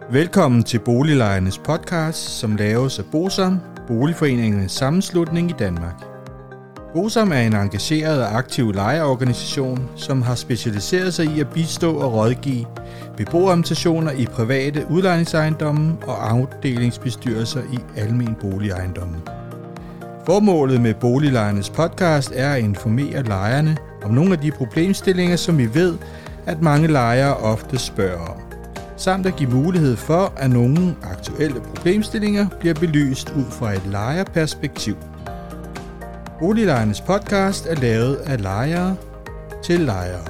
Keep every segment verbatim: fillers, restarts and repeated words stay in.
Velkommen til Boliglejernes podcast, som laves af BOSAM, Boligforeningernes Sammenslutning i Danmark. BOSAM er en engageret og aktiv lejerorganisation, som har specialiseret sig i at bistå og rådgive beboerrepræsentationer i private udlejningsejendomme og afdelingsbestyrelser i almen boligejendomme. Formålet med Boliglejernes podcast er at informere lejerne om nogle af de problemstillinger, som vi ved, at mange lejere ofte spørger om, samt at give mulighed for, at nogle aktuelle problemstillinger bliver belyst ud fra et lejerperspektiv. Boliglejernes podcast er lavet af lejere til lejere.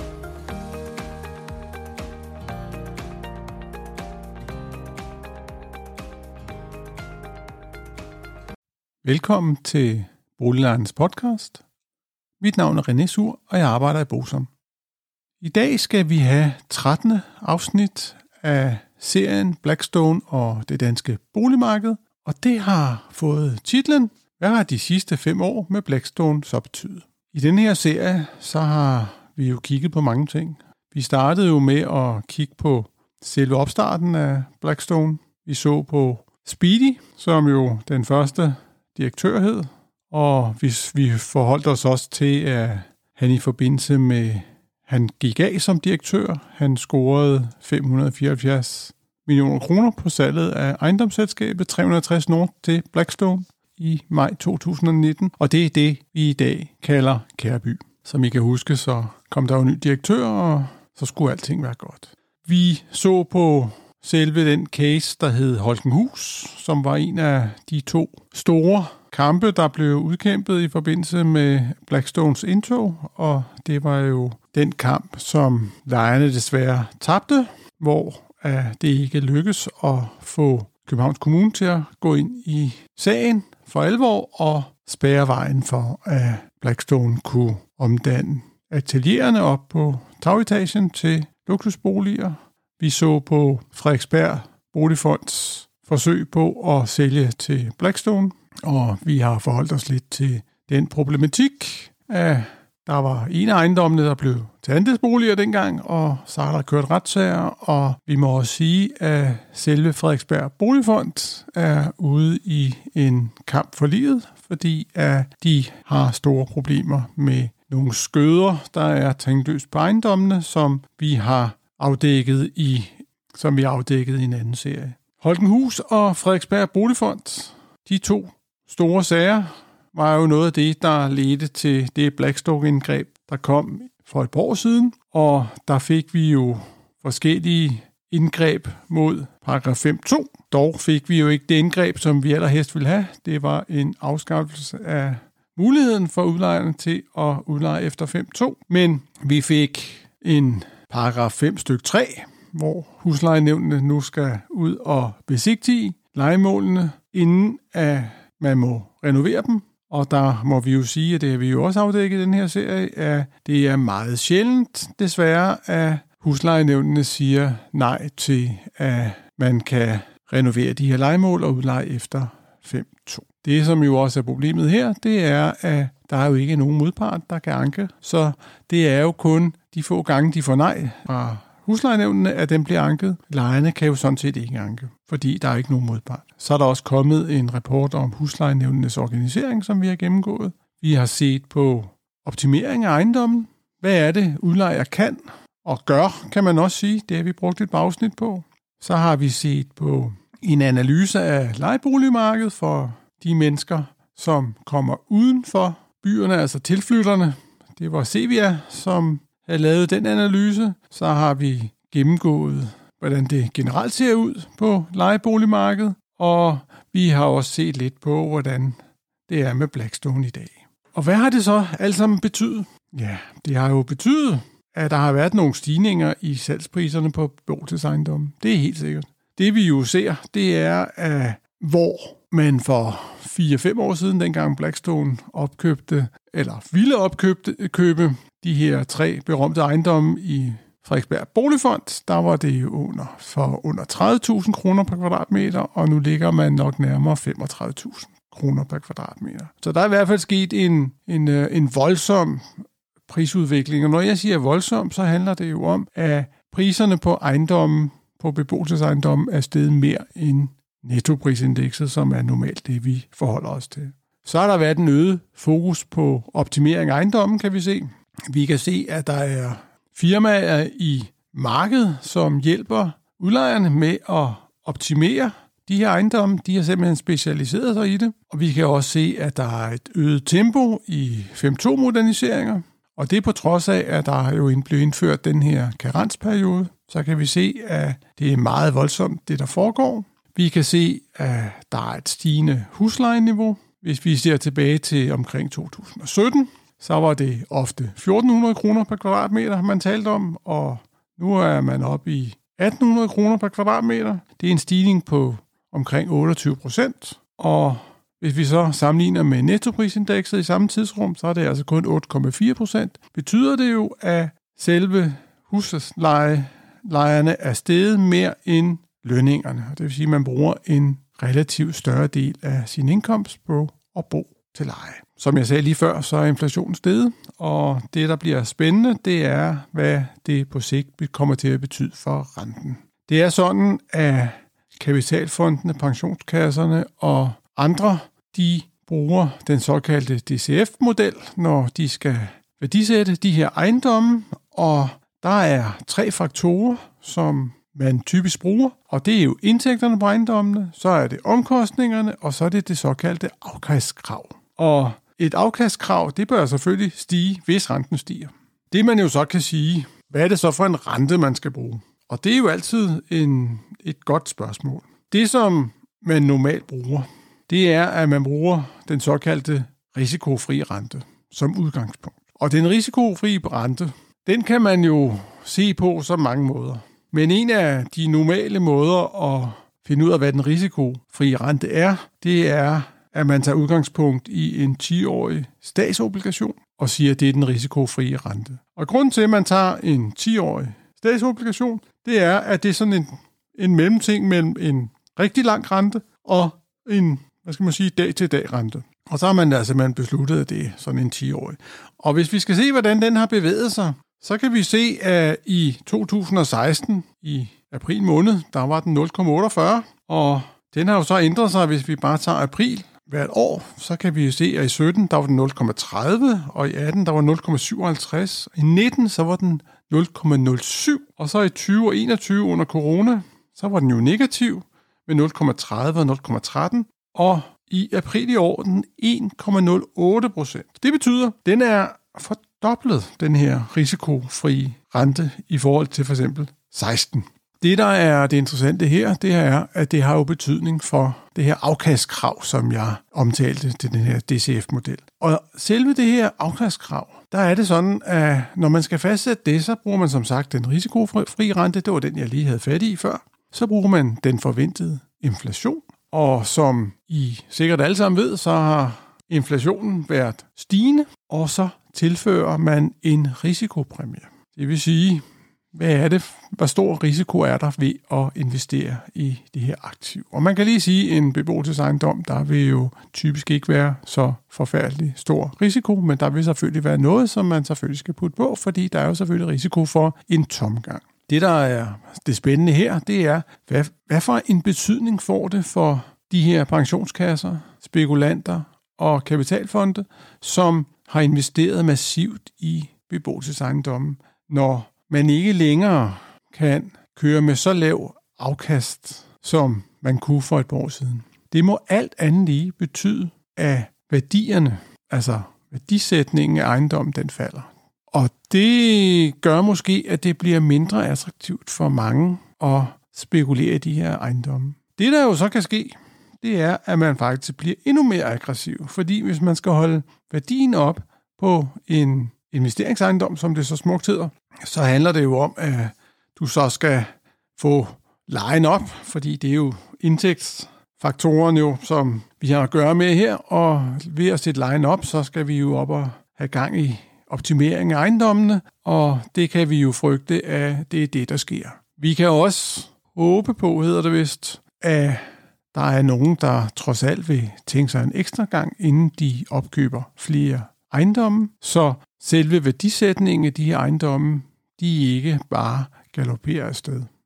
Velkommen til Boliglejernes podcast. Mit navn er René Sur, og jeg arbejder i BOSAM. I dag skal vi have trettende afsnit af serien Blackstone og det danske boligmarked, og det har fået titlen Hvad har de sidste fem år med Blackstone så betydet? I denne her serie så har vi jo kigget på mange ting. Vi startede jo med at kigge på selve opstarten af Blackstone. Vi så på Speedy, som jo den første direktør hed, og hvis vi forholdt os også til, at han i forbindelse med han gik af som direktør. Han scorede fem hundrede fireoghalvfjerds millioner kroner på salget af ejendomsselskabet tre hundrede og tres Nord til Blackstone i maj to tusind nitten. Og det er det, vi i dag kalder Kærby. Som I kan huske, så kom der jo en ny direktør, og så skulle alting være godt. Vi så på selve den case, der hed Holkenhus, som var en af de to store kampe, der blev udkæmpet i forbindelse med Blackstones indtog, og det var jo den kamp, som lejerne desværre tabte, hvor uh, det ikke lykkedes at få Københavns Kommune til at gå ind i sagen for alvor og spærre vejen for, at Blackstone kunne omdanne ateliererne op på tagetagen til luksusboliger. Vi så på Frederiksberg Boligfonds forsøg på at sælge til Blackstone, og vi har forholdt os lidt til den problematik, at der var en af ejendommene, der blev til andelsboliger dengang, og så har der kørt retssager, og vi må også sige, at selve Frederiksberg Boligfond er ude i en kamp for livet, fordi at de har store problemer med nogle skøder, der er tænkløst på ejendommene, som vi har afdækket i, som vi har afdækket i en anden serie. Holkenhus og Frederiksberg Boligfond, de to store sager, var jo noget af det, der ledte til det Blackstone-indgreb, der kom for et par år siden. Og der fik vi jo forskellige indgreb mod paragraf fem punkt to. Dog fik vi jo ikke det indgreb, som vi allerhelst ville have. Det var en afskaffelse af muligheden for udlejerne til at udleje efter fem punkt to. Men vi fik en paragraf fem stykke tre, hvor huslejenævnene nu skal ud og besigtige lejemålene, inden at man må renovere dem. Og der må vi jo sige, at det har vi jo også afdækket i den her serie, at det er meget sjældent, desværre, at huslejenævnene siger nej til, at man kan renovere de her lejemål og udleje efter fem punkt to. Det, som jo også er problemet her, det er, at der er jo ikke nogen modpart, der kan anke. Så det er jo kun de få gange, de får nej fra huslejenævnene, at dem bliver anket. Lejerne kan jo sådan set ikke anke, fordi der er ikke nogen modpart. Så er der også kommet en rapport om huslejenævnenes organisering, som vi har gennemgået. Vi har set på optimering af ejendommen. Hvad er det, udlejer kan og gør, kan man også sige. Det har vi brugt et par afsnit på. Så har vi set på en analyse af lejeboligmarkedet for de mennesker, som kommer uden for byerne, altså tilflytterne. Det var Sevia, som havde lavet den analyse. Så har vi gennemgået, hvordan det generelt ser ud på lejeboligmarkedet, og vi har også set lidt på, hvordan det er med Blackstone i dag. Og hvad har det så alt sammen betydet? Ja, det har jo betydet, at der har været nogle stigninger i salgspriserne på beboelsesejendomme. Det er helt sikkert. Det vi jo ser, det er, at hvor man for fire fem år siden, dengang Blackstone opkøbte, eller ville opkøbe købe de her tre berømte ejendomme i Frederiksberg Boligfond, der var det jo under, for under tredive tusind kroner per kvadratmeter, og nu ligger man nok nærmere femogtredive tusind kroner per kvadratmeter. Så der er i hvert fald sket en, en, en voldsom prisudvikling, og når jeg siger voldsom, så handler det jo om, at priserne på ejendommen på beboelsesejendommen er steget mere end nettoprisindekset, som er normalt det, vi forholder os til. Så har der været en øget fokus på optimering af ejendommen, kan vi se. Vi kan se, at der er firmaer i markedet, som hjælper udlejerne med at optimere de her ejendomme. De har simpelthen specialiseret sig i det. Og vi kan også se, at der er et øget tempo i fem to moderniseringer. Og det er på trods af, at der jo blev indført den her karensperiode. Så kan vi se, at det er meget voldsomt, det der foregår. Vi kan se, at der er et stigende huslejeniveau. Hvis vi ser tilbage til omkring to tusind og sytten, så var det ofte fjorten hundrede kroner per kvadratmeter, man talte om, og nu er man oppe i atten hundrede kroner per kvadratmeter. Det er en stigning på omkring otteogtyve procent, og hvis vi så sammenligner med nettoprisindekset i samme tidsrum, så er det altså kun otte komma fire procent. Betyder det jo, at selve huslejerne er steget mere end lønningerne. Det vil sige, at man bruger en relativt større del af sin indkomst på at bo til leje. Som jeg sagde lige før, så er inflationen steget, og det, der bliver spændende, det er, hvad det på sigt kommer til at betyde for renten. Det er sådan, at kapitalfondene, pensionskasserne og andre, de bruger den såkaldte D C F-model, når de skal værdisætte de her ejendomme, og der er tre faktorer, som man typisk bruger, og det er jo indtægterne på ejendommene, så er det omkostningerne, og så er det det såkaldte afkastkrav. Og et afkastkrav, det bør selvfølgelig stige, hvis renten stiger. Det man jo så kan sige, hvad er det så for en rente, man skal bruge? Og det er jo altid en, et godt spørgsmål. Det, som man normalt bruger, det er, at man bruger den såkaldte risikofri rente som udgangspunkt. Og den risikofri rente, den kan man jo se på så mange måder. Men en af de normale måder at finde ud af, hvad den risikofri rente er, det er, at man tager udgangspunkt i en ti-årig statsobligation og siger, at det er den risikofri rente. Og grunden til, at man tager en ti-årig statsobligation, det er, at det er sådan en, en mellemting mellem en rigtig lang rente og en, hvad skal man sige, dag-til-dag rente. Og så har man altså man besluttet, at det er sådan en ti-årig. Og hvis vi skal se, hvordan den har bevæget sig, så kan vi se, at i to tusind og seksten, i april måned, der var den nul komma otteogfyrre, og den har jo så ændret sig, hvis vi bare tager april hvert år, så kan vi jo se, at i sytten, der var den nul komma tredive, og i atten, der var nul komma syvoghalvtreds, i nitten, så var den nul komma nul syv, og så i tyve og enogtyve under corona, så var den jo negativ med nul komma tredive og nul komma tretten, og i april i år den en komma nul otte procent. Det betyder, at den er fordoblet, den her risikofri rente, i forhold til for eksempel seksten. Det, der er det interessante her, det er, at det har jo betydning for det her afkastkrav, som jeg omtalte til den her D C F-model. Og selve det her afkastkrav, der er det sådan, at når man skal fastsætte det, så bruger man som sagt den risikofri rente, det var den, jeg lige havde fat i før. Så bruger man den forventede inflation, og som I sikkert alle sammen ved, så har inflationen været stigende, og så tilfører man en risikopræmie. Det vil sige, hvad er det, hvor stor risiko er der ved at investere i det her aktiv? Og man kan lige sige, at en beboelsesejendom, der vil jo typisk ikke være så forfærdelig stor risiko, men der vil selvfølgelig være noget, som man selvfølgelig skal putte på, fordi der er jo selvfølgelig risiko for en tomgang. Det, der er det spændende her, det er, hvad, hvad for en betydning får det for de her pensionskasser, spekulanter og kapitalfonde, som har investeret massivt i beboelsesejendommen, når man ikke længere kan køre med så lav afkast, som man kunne for et par år siden. Det må alt andet lige betyde, at værdierne, altså værdisætningen af ejendommen, den falder. Og det gør måske, at det bliver mindre attraktivt for mange at spekulere i de her ejendomme. Det, der jo så kan ske, det er, at man faktisk bliver endnu mere aggressiv. Fordi hvis man skal holde værdien op på en investeringsejendom, som det så smukt hedder, så handler det jo om, at du så skal få lejen op, fordi det er jo indtægtsfaktoren, jo, som vi har at gøre med her, og ved at sætte lejen op, så skal vi jo op og have gang i optimering af ejendommene, og det kan vi jo frygte, at det er det, der sker. Vi kan også håbe på, hedder det vist, at der er nogen, der trods alt vil tænke sig en ekstra gang, inden de opkøber flere ejendomme, så selve værdisætningen af de her ejendomme, de ikke bare galopperer afsted.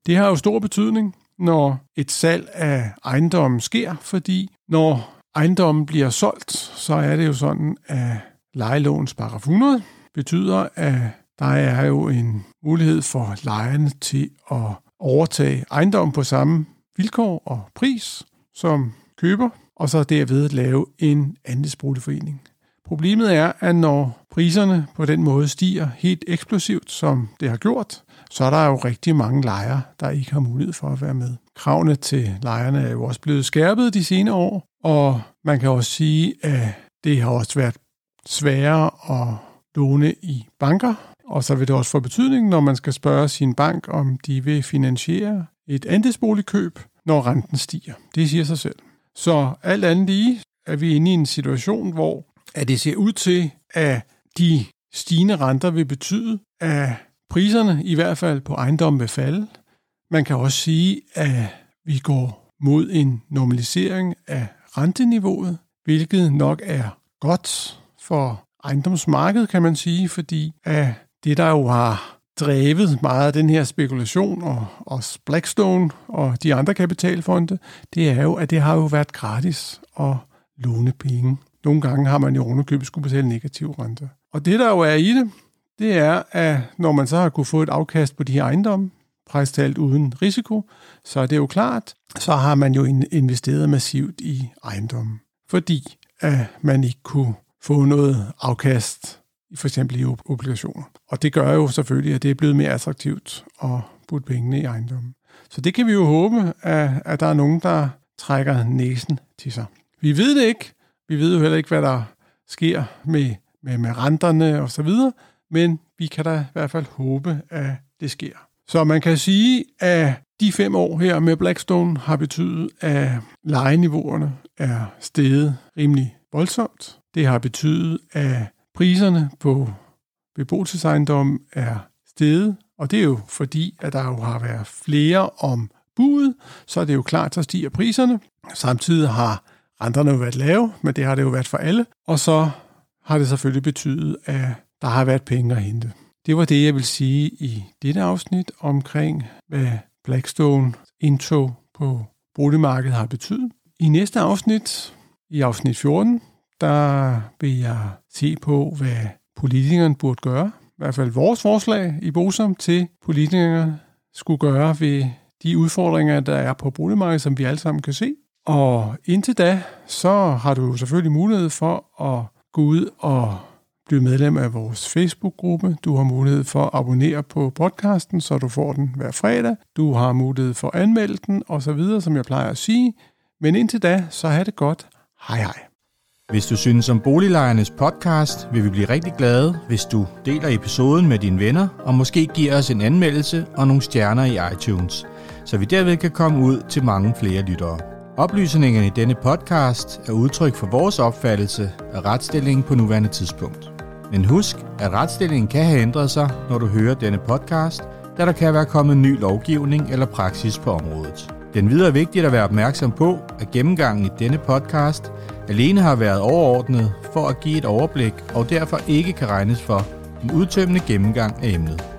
Det har jo stor betydning, når et salg af ejendommen sker, fordi når ejendommen bliver solgt, så er det jo sådan, at lejelovens paragraf hundrede betyder, at der er jo en mulighed for lejerne til at overtage ejendommen på samme vilkår og pris som køber, og så derved lave en andelsboligforening. Problemet er, at når priserne på den måde stiger helt eksplosivt, som det har gjort, så er der jo rigtig mange lejere, der ikke har mulighed for at være med. Kravene til lejerne er jo også blevet skærpet de senere år, og man kan også sige, at det har også været sværere at låne i banker, og så vil det også få betydning, når man skal spørge sin bank, om de vil finansiere et andelsboligkøb, når renten stiger. Det siger sig selv. Så alt andet lige er vi inde i en situation, hvor at det ser ud til, at de stigende renter vil betyde, at priserne i hvert fald på ejendommen vil falde. Man kan også sige, at vi går mod en normalisering af renteniveauet, hvilket nok er godt for ejendomsmarkedet, kan man sige, fordi at det, der jo har drevet meget af den her spekulation, og også Blackstone og de andre kapitalfonde, det er jo, at det har jo været gratis at låne penge. Nogle gange har man jo ovenikøbet skulle betale negative renter. Og det, der jo er i det, det er, at når man så har kunne få et afkast på de her ejendomme, prejstalt uden risiko, så er det jo klart, så har man jo investeret massivt i ejendommen. Fordi at man ikke kunne få noget afkast, for eksempel i obligationer. Og det gør jo selvfølgelig, at det er blevet mere attraktivt at putte pengene i ejendommen. Så det kan vi jo håbe, at, at der er nogen, der trækker næsen til sig. Vi ved det ikke. Vi ved jo heller ikke, hvad der sker med, med, med renterne og så videre, men vi kan da i hvert fald håbe, at det sker. Så man kan sige, at de fem år her med Blackstone har betydet, at lejeniveauerne er steget rimelig voldsomt. Det har betydet, at priserne på beboelsesejendommen er steget, og det er jo fordi, at der jo har været flere om budet, så er det jo klart, så stiger priserne. Samtidig har renterne jo været lave, men det har det jo været for alle, og så har det selvfølgelig betydet, at der har været penge at hente. Det var det, jeg vil sige i dette afsnit omkring, hvad Blackstone indtog på boligmarkedet har betydet. I næste afsnit, i afsnit fjorten, der vil jeg se på, hvad politikerne burde gøre. I hvert fald vores forslag i BOSAM til politikerne skulle gøre ved de udfordringer, der er på boligmarkedet, som vi alle sammen kan se. Og indtil da, så har du selvfølgelig mulighed for at gå ud og blive medlem af vores Facebook-gruppe. Du har mulighed for at abonnere på podcasten, så du får den hver fredag. Du har mulighed for at anmelde den osv., som jeg plejer at sige. Men indtil da, så have det godt. Hej hej. Hvis du synes om Boliglejernes podcast, vil vi blive rigtig glade, hvis du deler episoden med dine venner, og måske giver os en anmeldelse og nogle stjerner i iTunes, så vi derved kan komme ud til mange flere lyttere. Oplysningerne i denne podcast er udtryk for vores opfattelse af retsstillingen på nuværende tidspunkt. Men husk, at retsstillingen kan have ændret sig, når du hører denne podcast, da der kan være kommet ny lovgivning eller praksis på området. Den videre er vigtigt at være opmærksom på, at gennemgangen i denne podcast alene har været overordnet for at give et overblik og derfor ikke kan regnes for en udtømmende gennemgang af emnet.